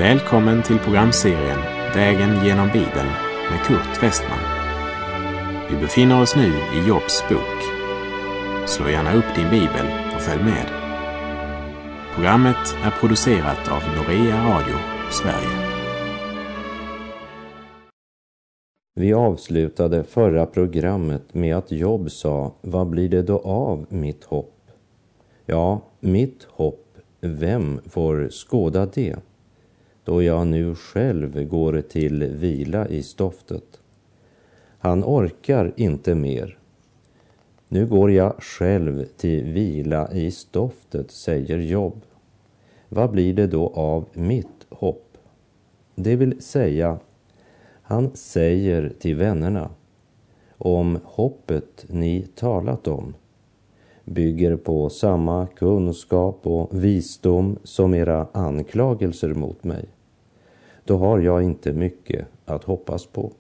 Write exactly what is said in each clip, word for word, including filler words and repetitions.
Välkommen till programserien Vägen genom Bibeln med Kurt Westman. Vi befinner oss nu i Jobs bok. Slå gärna upp din bibel och följ med. Programmet är producerat av Norea Radio, Sverige. Vi avslutade förra programmet med att Job sa: vad blir det då av mitt hopp? Ja, mitt hopp, vem får skåda det? Då jag nu själv går till vila i stoftet. Han orkar inte mer. Nu går jag själv till vila i stoftet, säger Job. Vad blir det då av mitt hopp? Det vill säga, han säger till vännerna: om hoppet ni talat om bygger på samma kunskap och visdom som era anklagelser mot mig, då har jag inte mycket att hoppas på.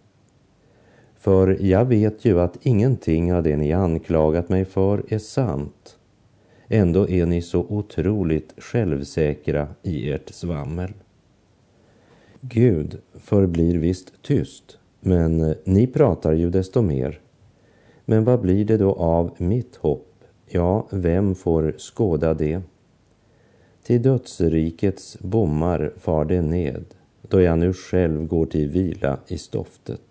För jag vet ju att ingenting av det ni anklagat mig för är sant. Ändå är ni så otroligt självsäkra i ert svammel. Gud förblir visst tyst, men ni pratar ju desto mer. Men vad blir det då av mitt hopp? Ja, vem får skåda det? Till dödsrikets bommar far det ned, då jag nu själv går till vila i stoftet.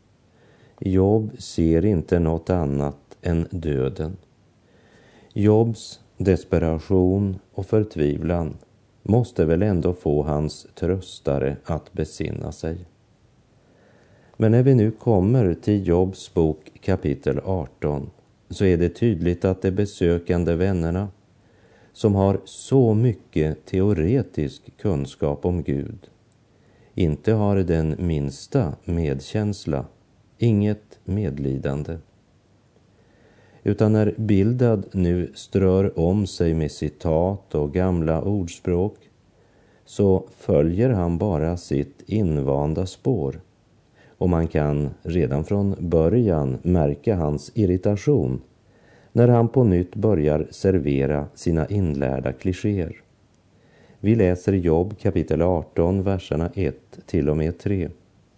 Job ser inte något annat än döden. Jobs desperation och förtvivlan måste väl ändå få hans tröstare att besinna sig. Men när vi nu kommer till Jobs bok kapitel arton, så är det tydligt att de besökande vännerna, som har så mycket teoretisk kunskap om Gud, inte har den minsta medkänsla, inget medlidande. Utan när Bildad nu strör om sig med citat och gamla ordspråk, så följer han bara sitt invanda spår. Och man kan redan från början märka hans irritation när han på nytt börjar servera sina inlärda klichéer. Vi läser Job kapitel arton, verserna ett till och med tre.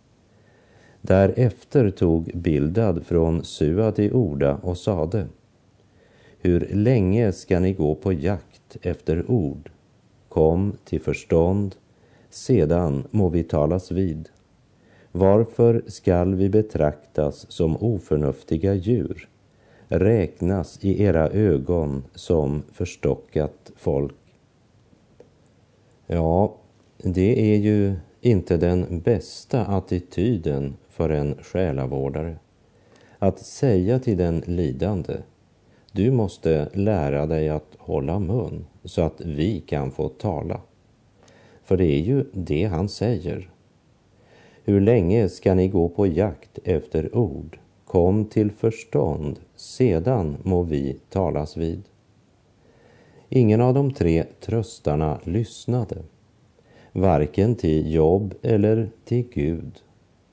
Därefter tog Bildad från Sua till orda och sade: hur länge ska ni gå på jakt efter ord? Kom till förstånd, sedan må vi talas vid. Varför skall vi betraktas som oförnuftiga djur, räknas i era ögon som förstockat folk? Ja, det är ju inte den bästa attityden för en själavårdare. Att säga till den lidande: du måste lära dig att hålla mun så att vi kan få tala. För det är ju det han säger. Hur länge ska ni gå på jakt efter ord? Kom till förstånd, sedan må vi talas vid. Ingen av de tre tröstarna lyssnade, varken till Job eller till Gud.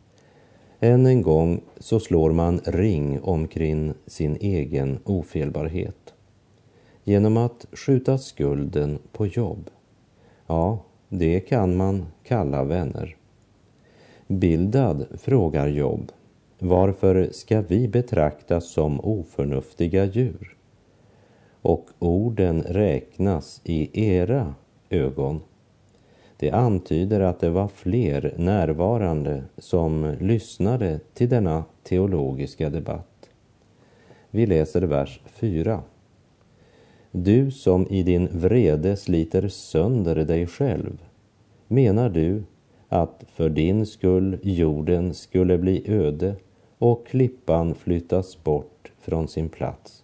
Än en gång så slår man ring omkring sin egen ofelbarhet genom att skjuta skulden på Job. Ja, det kan man kalla vänner. Bildad frågar Job: varför ska vi betraktas som oförnuftiga djur? Och orden räknas i era ögon. Det antyder att det var fler närvarande som lyssnade till denna teologiska debatt. Vi läser vers fyra. Du som i din vrede sliter sönder dig själv, menar du att för din skull jorden skulle bli öde och klippan flyttas bort från sin plats?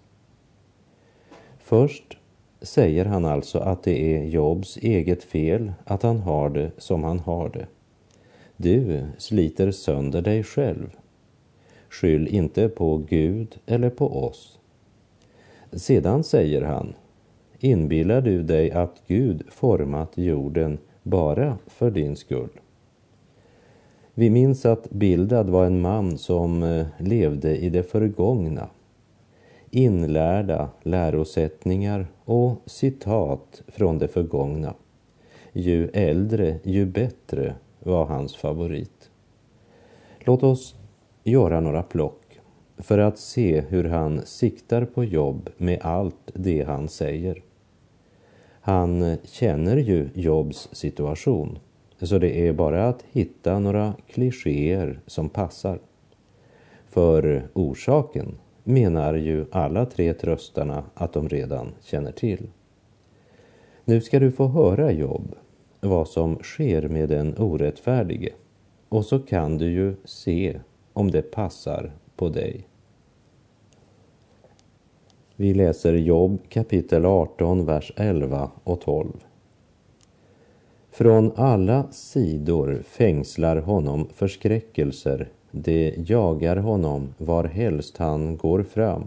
Först säger han alltså att det är Jobs eget fel att han har det som han har det. Du sliter sönder dig själv. Skyll inte på Gud eller på oss. Sedan säger han: inbillar du dig att Gud format jorden bara för din skull? Vi minns att Bildad var en man som levde i det förgångna. Inlärda lärosättningar och citat från det förgångna ju äldre ju bättre var hans favorit. Låt oss göra några plock för att se hur han siktar på Job med allt det han säger. Han känner ju Jobs situation, så det är bara att hitta några klichéer som passar. För orsaken menar ju alla tre tröstarna att de redan känner till. Nu ska du få höra, Job, vad som sker med den orättfärdige, och så kan du ju se om det passar på dig. Vi läser Job kapitel arton, vers elva och tolv. Från alla sidor fängslar honom förskräckelser, det jagar honom var helst han går fram.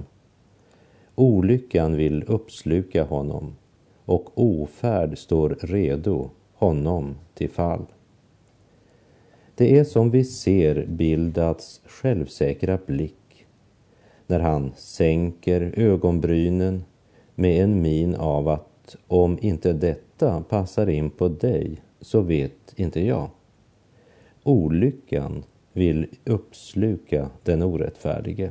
Olyckan vill uppsluka honom, och ofärd står redo honom till fall. Det är som vi ser Bildads självsäkra blick, när han sänker ögonbrynen med en min av att om inte detta passar in på dig så vet inte jag. Olyckan vill uppsluka den orättfärdige.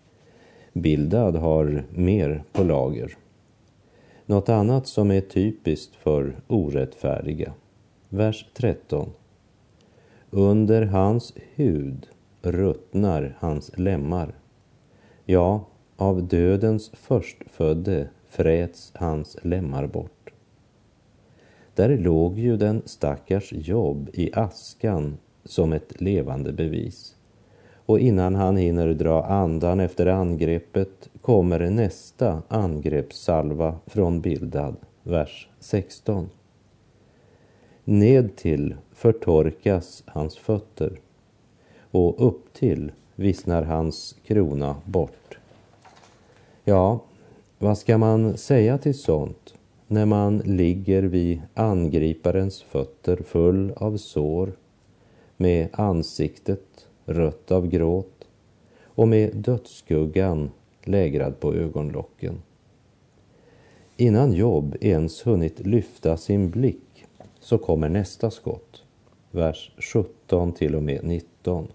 Bildad har mer på lager. Något annat som är typiskt för orättfärdiga. Vers tretton. Under hans hud ruttnar hans lemmar. Ja, av dödens förstfödde fräts hans lemmar bort. Där låg ju den stackars Job i askan som ett levande bevis. Och innan han hinner dra andan efter angreppet kommer nästa angreppssalva från Bildad, vers sexton. Ned till förtorkas hans fötter, och upp till vissnar hans krona bort. Ja, vad ska man säga till sånt när man ligger vid angriparens fötter full av sår, med ansiktet rött av gråt och med dödsskuggan lägrad på ögonlocken? Innan Job ens hunnit lyfta sin blick så kommer nästa skott, vers sjutton till och med nitton.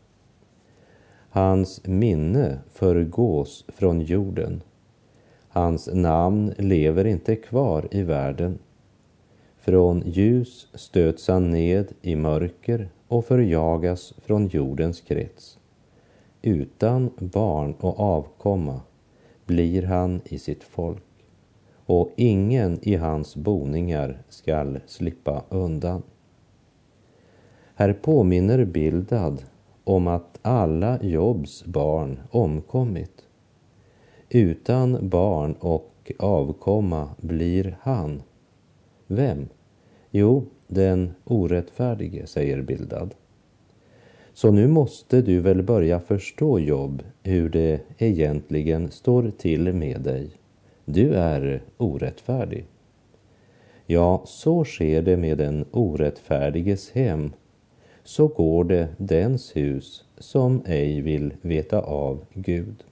Hans minne förgås från jorden. Hans namn lever inte kvar i världen. Från ljus stöts han ned i mörker och förjagas från jordens krets. Utan barn och avkomma blir han i sitt folk, och ingen i hans boningar skall slippa undan. Här påminner Bildad om att alla Jobs barn omkommit. Utan barn och avkomma blir han. Vem? Jo, den orättfärdige, säger Bildad. Så nu måste du väl börja förstå, Job, hur det egentligen står till med dig. Du är orättfärdig. Ja, så sker det med den orättfärdiges hem. Så går det dens hus som ej vill veta av Gud.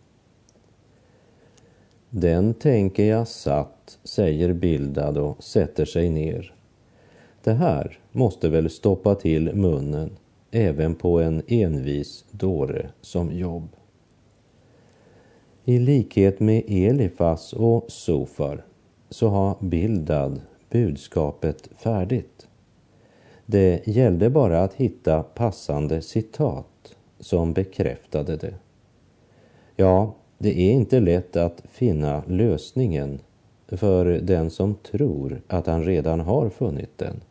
Den tänker jag satt, säger Bildad och sätter sig ner. Det här måste väl stoppa till munnen även på en envis dåre som Job. I likhet med Elifas och Sofar så har Bildad budskapet färdigt. Det gällde bara att hitta passande citat som bekräftade det. Ja, det är inte lätt att finna lösningen för den som tror att han redan har funnit den.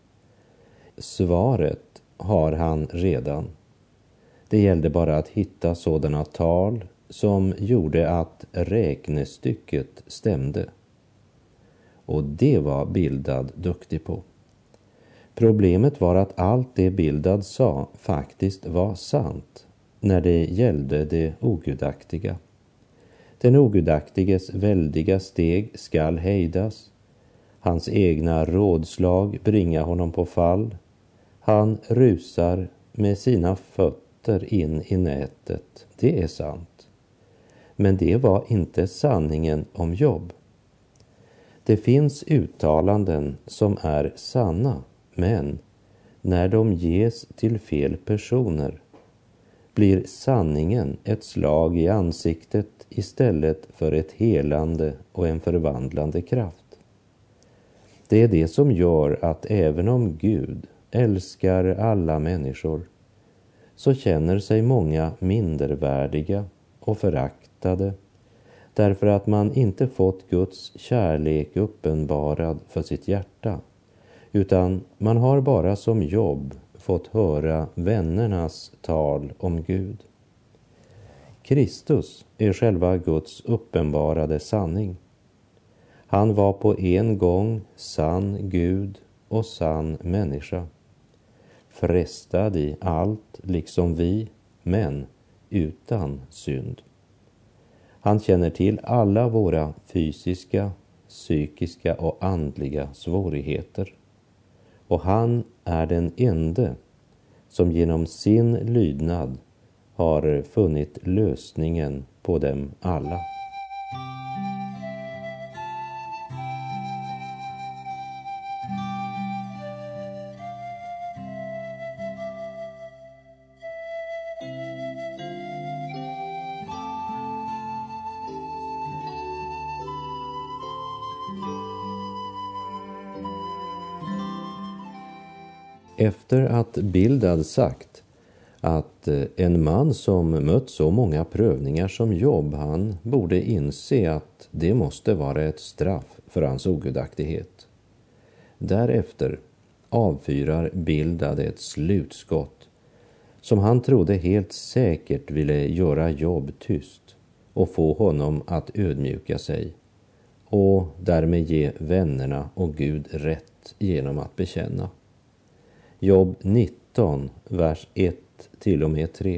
Svaret har han redan. Det gällde bara att hitta sådana tal som gjorde att räknestycket stämde. Och det var Bildad duktig på. Problemet var att allt det Bildad sa faktiskt var sant när det gällde det ogudaktiga. Den ogudaktiges väldiga steg skall hejdas. Hans egna rådslag bringa honom på fall. Han rusar med sina fötter in i nätet. Det är sant. Men det var inte sanningen om Job. Det finns uttalanden som är sanna, Men när de ges till fel personer blir sanningen ett slag i ansiktet istället för ett helande och en förvandlande kraft. Det är det som gör att även om Gud älskar alla människor så känner sig många mindervärdiga och föraktade därför att man inte fått Guds kärlek uppenbarad för sitt hjärta, utan man har bara som jobb fått höra vännernas tal om Gud. Kristus är själva Guds uppenbarade sanning. Han var på en gång sann Gud och sann människa, frestad i allt liksom vi, men utan synd. Han känner till alla våra fysiska, psykiska och andliga svårigheter. Och han är den ende som genom sin lydnad har funnit lösningen på dem alla. Efter att Bildad sagt att en man som mött så många prövningar som Job, han borde inse att det måste vara ett straff för hans ogudaktighet. Därefter avfyrar Bildad ett slutskott som han trodde helt säkert ville göra Job tyst och få honom att ödmjuka sig och därmed ge vännerna och Gud rätt genom att bekänna. Job nitton, vers ett till och med tre.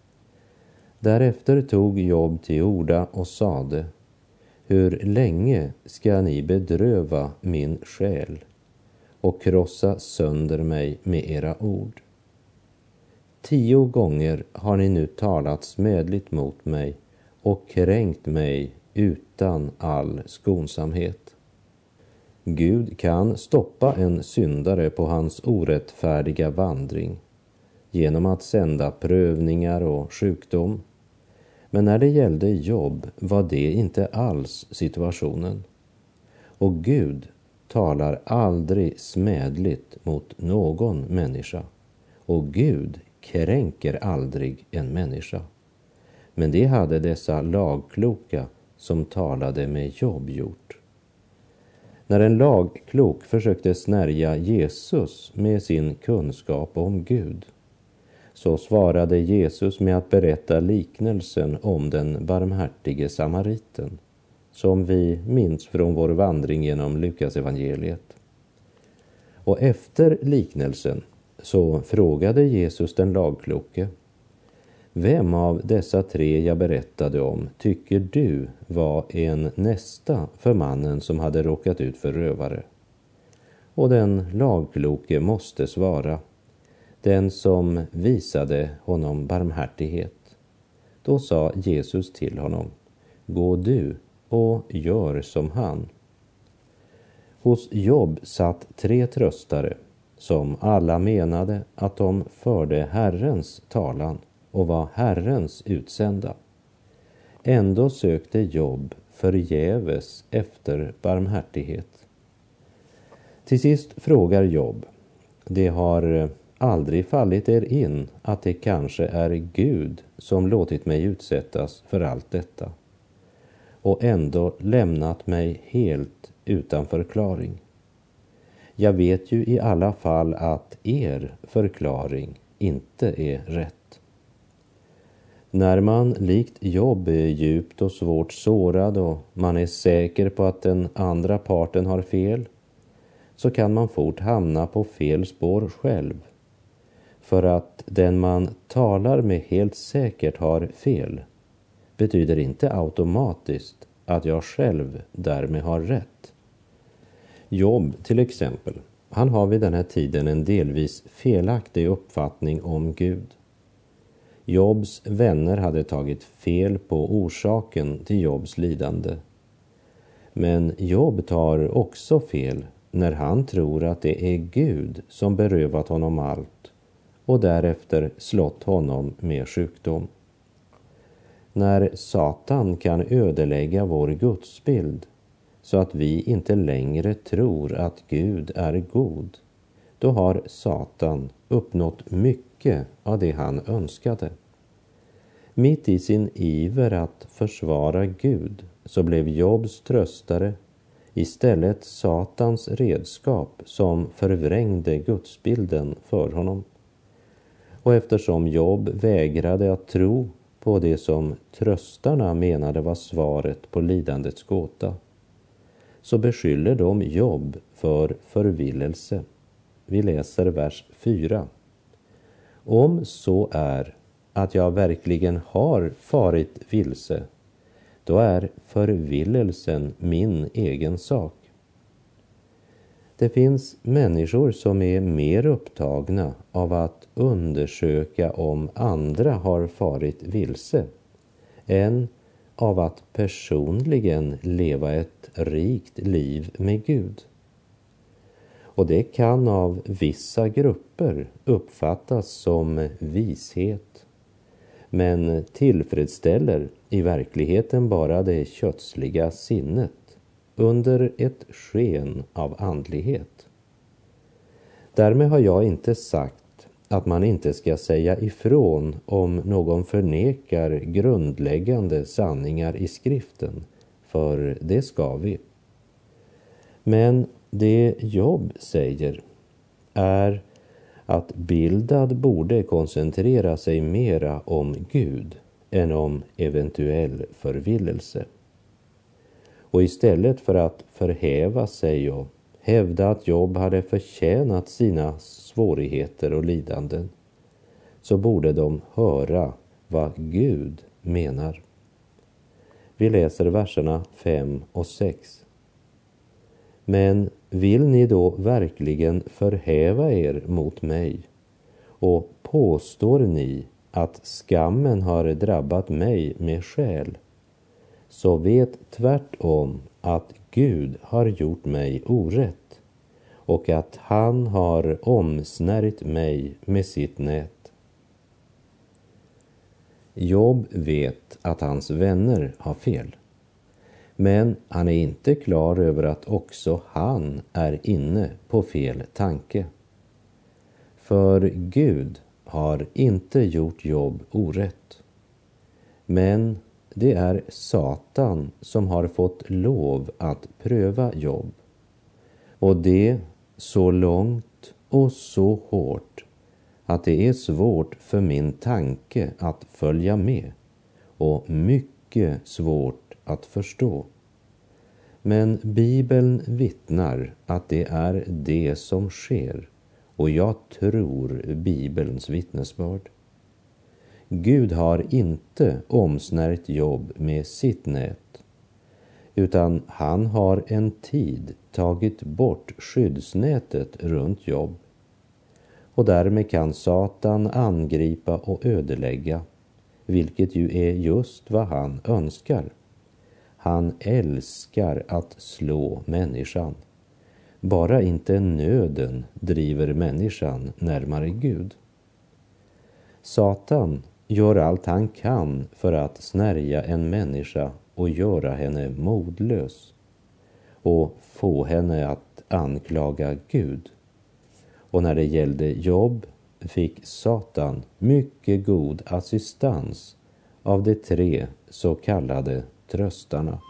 Därefter tog Job till orda och sade: Hur länge ska ni bedröva min själ och krossa sönder mig med era ord? Tio gånger har ni nu talat smädligt mot mig och kränkt mig utan all skonsamhet. Gud kan stoppa en syndare på hans orättfärdiga vandring genom att sända prövningar och sjukdom. Men när det gällde Job var det inte alls situationen. Och Gud talar aldrig smädligt mot någon människa. Och Gud kränker aldrig en människa. Men det hade dessa lagkloka som talade med Job gjort. När en lagklok försökte snärja Jesus med sin kunskap om Gud, så svarade Jesus med att berätta liknelsen om den barmhärtige samariten, som vi minns från vår vandring genom Lukas evangeliet. Och efter liknelsen så frågade Jesus den lagkloke: Vem av dessa tre jag berättade om tycker du var en nästa för mannen som hade råkat ut för rövare? Och den lagkloke måste svara: Den som visade honom barmhärtighet. Då sa Jesus till honom: Gå du och gör som han. Hos Job satt tre tröstare som alla menade att de förde Herrens talan och var Herrens utsända. Ändå sökte Job förgäves efter barmhärtighet. Till sist frågar Job: Det har aldrig fallit er in att det kanske är Gud som låtit mig utsättas för allt detta och ändå lämnat mig helt utan förklaring? Jag vet ju i alla fall att er förklaring inte är rätt. När man likt Job är djupt och svårt sårad och man är säker på att den andra parten har fel, så kan man fort hamna på fel spår själv. För att den man talar med helt säkert har fel betyder inte automatiskt att jag själv därmed har rätt. Job till exempel, han har vid den här tiden en delvis felaktig uppfattning om Gud. Jobs vänner hade tagit fel på orsaken till Jobs lidande. Men Job tar också fel när han tror att det är Gud som berövat honom allt och därefter slått honom med sjukdom. När Satan kan ödelägga vår gudsbild så att vi inte längre tror att Gud är god, då har Satan uppnått mycket av det han önskade. Mitt i sin iver att försvara Gud så blev Jobs tröstare istället Satans redskap som förvrängde gudsbilden för honom. Och eftersom Job vägrade att tro på det som tröstarna menade var svaret på lidandets gåta, så beskyller de Job för förvillelse. Vi läser vers fyra. Om så är att jag verkligen har farit vilse, då är förvillelsen min egen sak. Det finns människor som är mer upptagna av att undersöka om andra har farit vilse än av att personligen leva ett rikt liv med Gud. Och det kan av vissa grupper uppfattas som vishet, men tillfredsställer i verkligheten bara det kötsliga sinnet under ett sken av andlighet. Därmed har jag inte sagt att man inte ska säga ifrån om någon förnekar grundläggande sanningar i skriften, för det ska vi. Men det Job säger är att Bildad borde koncentrera sig mera om Gud än om eventuell förvillelse. Och istället för att förhäva sig och hävda att Job hade förtjänat sina svårigheter och lidanden, så borde de höra vad Gud menar. Vi läser verserna fem och sex. Men vill ni då verkligen förhäva er mot mig, och påstår ni att skammen har drabbat mig med skäl, så vet tvärtom att Gud har gjort mig orätt och att han har omsnärjt mig med sitt nät. Job vet att hans vänner har fel, men han är inte klar över att också han är inne på fel tanke. För Gud har inte gjort Job orätt, men det är Satan som har fått lov att pröva Job. Och det så långt och så hårt att det är svårt för min tanke att följa med och mycket svårt att förstå. Men Bibeln vittnar att det är det som sker, och jag tror Bibelns vittnesbörd. Gud har inte omsnärjt Job med sitt nät, utan han har en tid tagit bort skyddsnätet runt Job. Och därmed kan Satan angripa och ödelägga, vilket ju är just vad han önskar. Han älskar att slå människan. Bara inte nöden driver människan närmare Gud. Satan gör allt han kan för att snärja en människa och göra henne modlös och få henne att anklaga Gud. Och när det gällde Job fick Satan mycket god assistans av de tre så kallade tröstarna.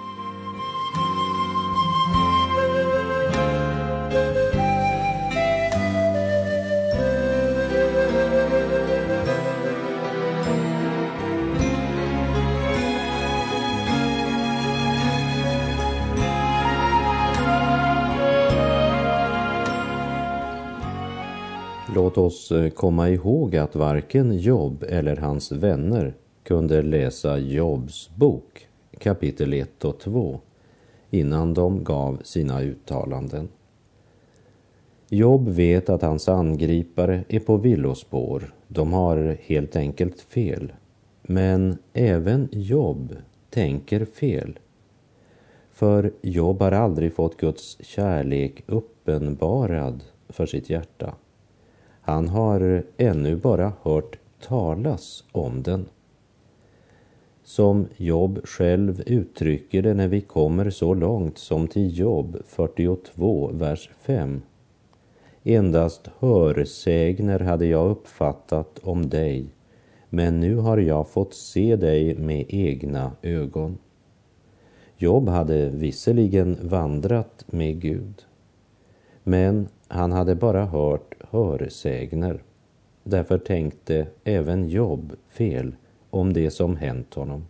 Låt oss komma ihåg att varken Job eller hans vänner kunde läsa Jobs bok, kapitel ett och två, innan de gav sina uttalanden. Job vet att hans angripare är på villospår. De har helt enkelt fel. Men även Job tänker fel. För Job har aldrig fått Guds kärlek uppenbarad för sitt hjärta. Han har ännu bara hört talas om den. Som Job själv uttrycker det när vi kommer så långt som till Job fyrtiotvå, vers fem. Endast hörsägner hade jag uppfattat om dig, men nu har jag fått se dig med egna ögon. Job hade visserligen vandrat med Gud, men han hade bara hört hörsägner. Därför tänkte även Job fel om det som hänt honom.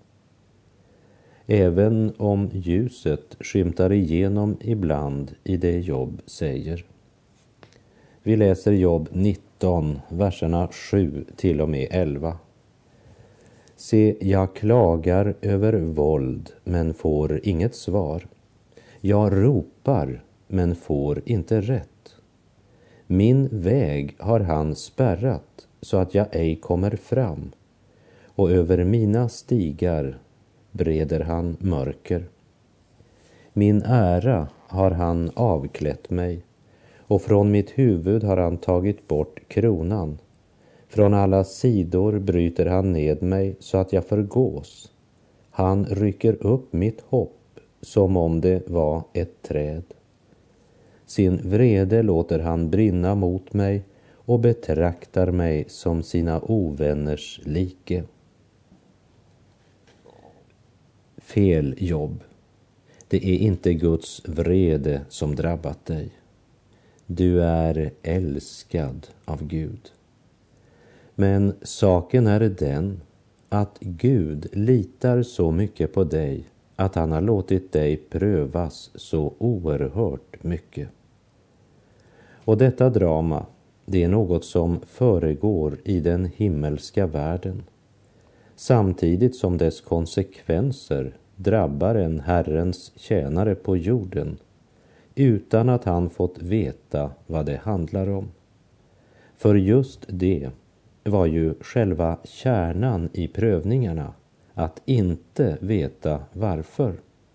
Även om ljuset skymtar igenom ibland i det Job säger. Vi läser Job nitton, verserna sju till och med elva. Se, jag klagar över våld, men får inget svar. Jag ropar, men får inte rätt. Min väg har han spärrat, så att jag ej kommer fram. Och över mina stigar breder han mörker. Min ära har han avklätt mig, och från mitt huvud har han tagit bort kronan. Från alla sidor bryter han ned mig så att jag förgås. Han rycker upp mitt hopp som om det var ett träd. Sin vrede låter han brinna mot mig och betraktar mig som sina ovänners like. Fel Job. Det är inte Guds vrede som drabbat dig. Du är älskad av Gud. Men saken är den att Gud litar så mycket på dig att han har låtit dig prövas så oerhört mycket. Och detta drama, det är något som föregår i den himmelska världen, samtidigt som dess konsekvenser drabbar en Herrens tjänare på jorden utan att han fått veta vad det handlar om. För just det var ju själva kärnan i prövningarna, att inte veta varför.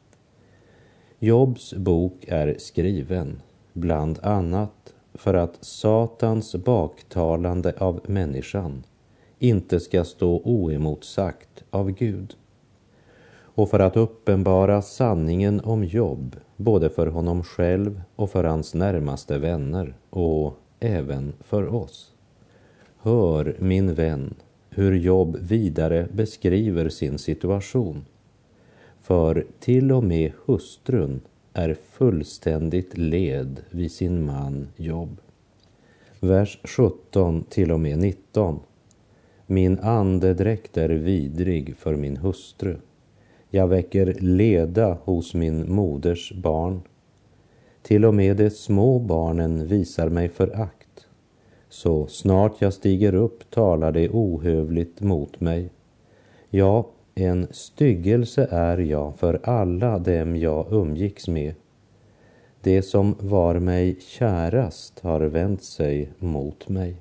Jobs bok är skriven bland annat för att Satans baktalande av människan inte ska stå oemotsagt av Gud, och för att uppenbara sanningen om Job både för honom själv och för hans närmaste vänner och även för oss. Hör, min vän, hur Job vidare beskriver sin situation. För till och med hustrun är fullständigt led vid sin man Job. Vers sjutton till och med nitton. Min andedräkt är vidrig för min hustru. Jag väcker leda hos min moders barn. Till och med de små barnen visar mig förakt. Så snart jag stiger upp talar det ohövligt mot mig. Ja, en styggelse är jag för alla dem jag umgicks med. Det som var mig kärast har vänt sig mot mig.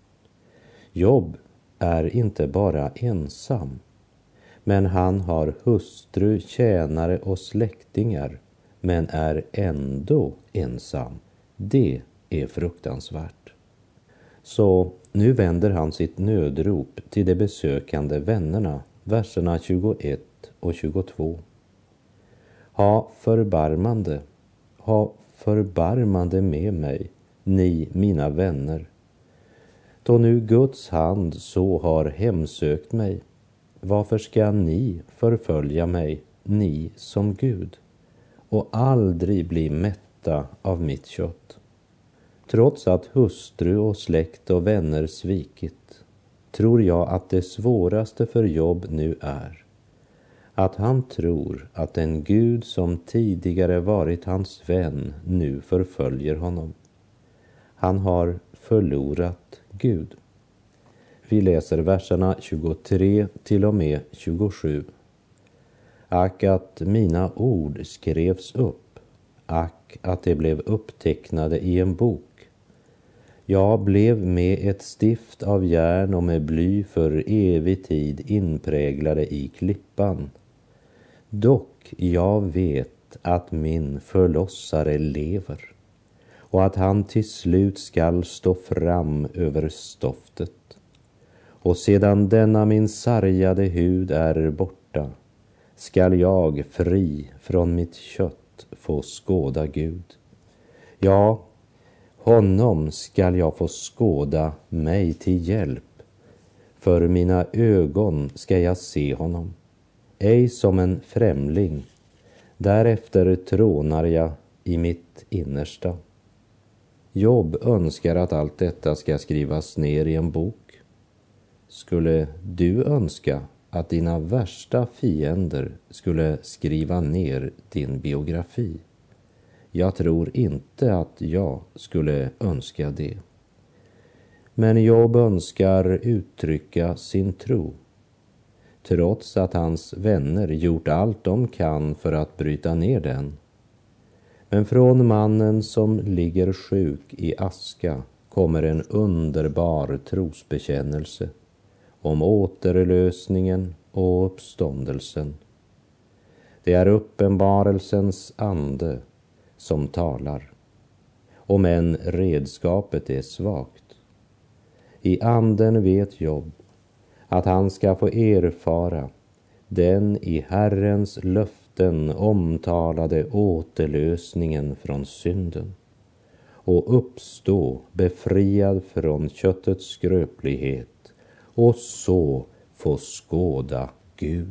Job är inte bara ensam, men han har hustru, tjänare och släktingar, men är ändå ensam. Det är fruktansvärt. Så nu vänder han sitt nödrop till de besökande vännerna, verserna tjugoett och tjugotvå. Ha förbarmande, ha förbarmande med mig, ni mina vänner. Då nu Guds hand så har hemsökt mig, varför ska ni förfölja mig, ni som Gud, och aldrig bli mätta av mitt kött? Trots att hustru och släkt och vänner svikit, tror jag att det svåraste för Job nu är att han tror att den Gud som tidigare varit hans vän nu förföljer honom. Han har förlorat Gud. Vi läser verserna tjugotre till och med tjugosju. Ack att mina ord skrevs upp, ack att det blev upptecknade i en bok. Jag blev med ett stift av järn och med bly för evig tid inpräglade i klippan. Dock jag vet vet att min förlossare lever och att han till slut skall stå fram över stoftet. Och sedan denna min sargade hud är borta skall jag fri från mitt kött få skåda Gud. Ja, honom skall jag få skåda mig till hjälp. För mina ögon ska jag se honom, ej som en främling. Därefter trånar jag i mitt innersta. Job önskar att allt detta ska skrivas ner i en bok. Skulle du önska att dina värsta fiender skulle skriva ner din biografi? Jag tror inte att jag skulle önska det. Men Job önskar uttrycka sin tro, trots att hans vänner gjort allt de kan för att bryta ner den. Men från mannen som ligger sjuk i aska kommer en underbar trosbekännelse om återlösningen och uppståndelsen. Det är uppenbarelsens ande som talar, om än redskapet är svagt. I anden vet Job att han ska få erfara den i Herrens löften omtalade återlösningen från synden och uppstå befriad från köttets skröplighet och så få skåda Gud.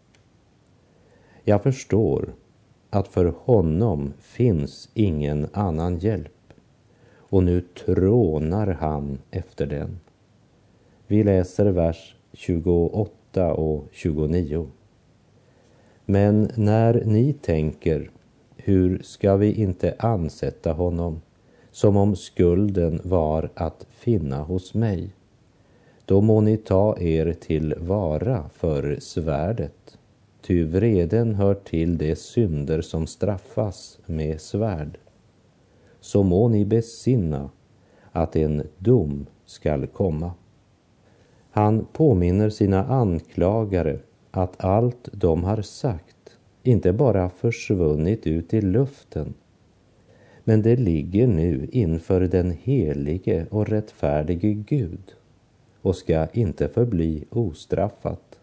Jag förstår att för honom finns ingen annan hjälp, och nu trånar han efter den. Vi läser vers tjugoåtta och tjugonio. Men när ni tänker, hur ska vi inte ansätta honom, som om skulden var att finna hos mig? Då må ni ta er till vara för svärdet, ty vreden hör till de synder som straffas med svärd. Så må ni besinna att en dom skall komma. Han påminner sina anklagare att allt de har sagt inte bara försvunnit ut i luften, men det ligger nu inför den helige och rättfärdige Gud och ska inte förbli ostraffat.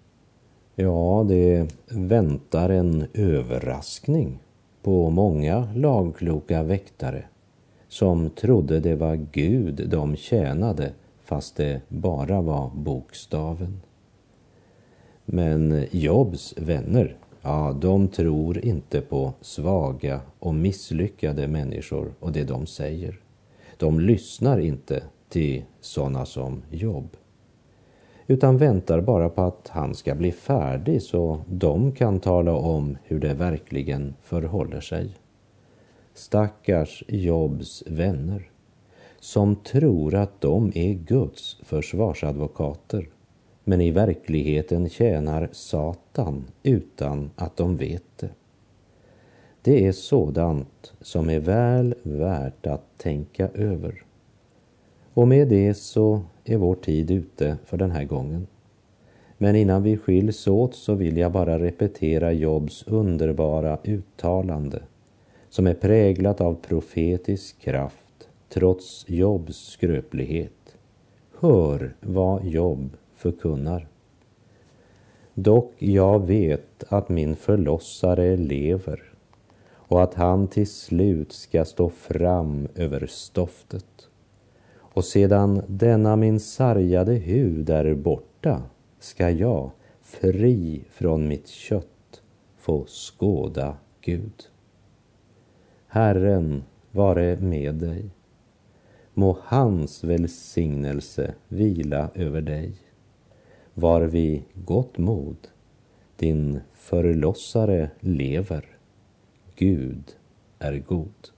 Ja, det väntar en överraskning på många lagkloka väktare som trodde det var Gud de tjänade, fast det bara var bokstaven. Men Jobs vänner, ja, de tror inte på svaga och misslyckade människor och det de säger. De lyssnar inte till sådana som Job, utan väntar bara på att han ska bli färdig så de kan tala om hur det verkligen förhåller sig. Stackars Jobs vänner, som tror att de är Guds försvarsadvokater, men i verkligheten tjänar Satan utan att de vet det. Det är sådant som är väl värt att tänka över. Och med det så är vår tid ute för den här gången. Men innan vi skiljs åt så vill jag bara repetera Jobs underbara uttalande, som är präglat av profetisk kraft trots Jobs skröplighet. Hör vad Job förkunnar. Dock jag vet att min förlossare lever och att han till slut ska stå fram över stoftet. Och sedan denna min sargade hud är borta ska jag, fri från mitt kött, få skåda Gud. Herren vare med dig. Må hans välsignelse vila över dig. Var vid gott mod, din förlossare lever. Gud är god.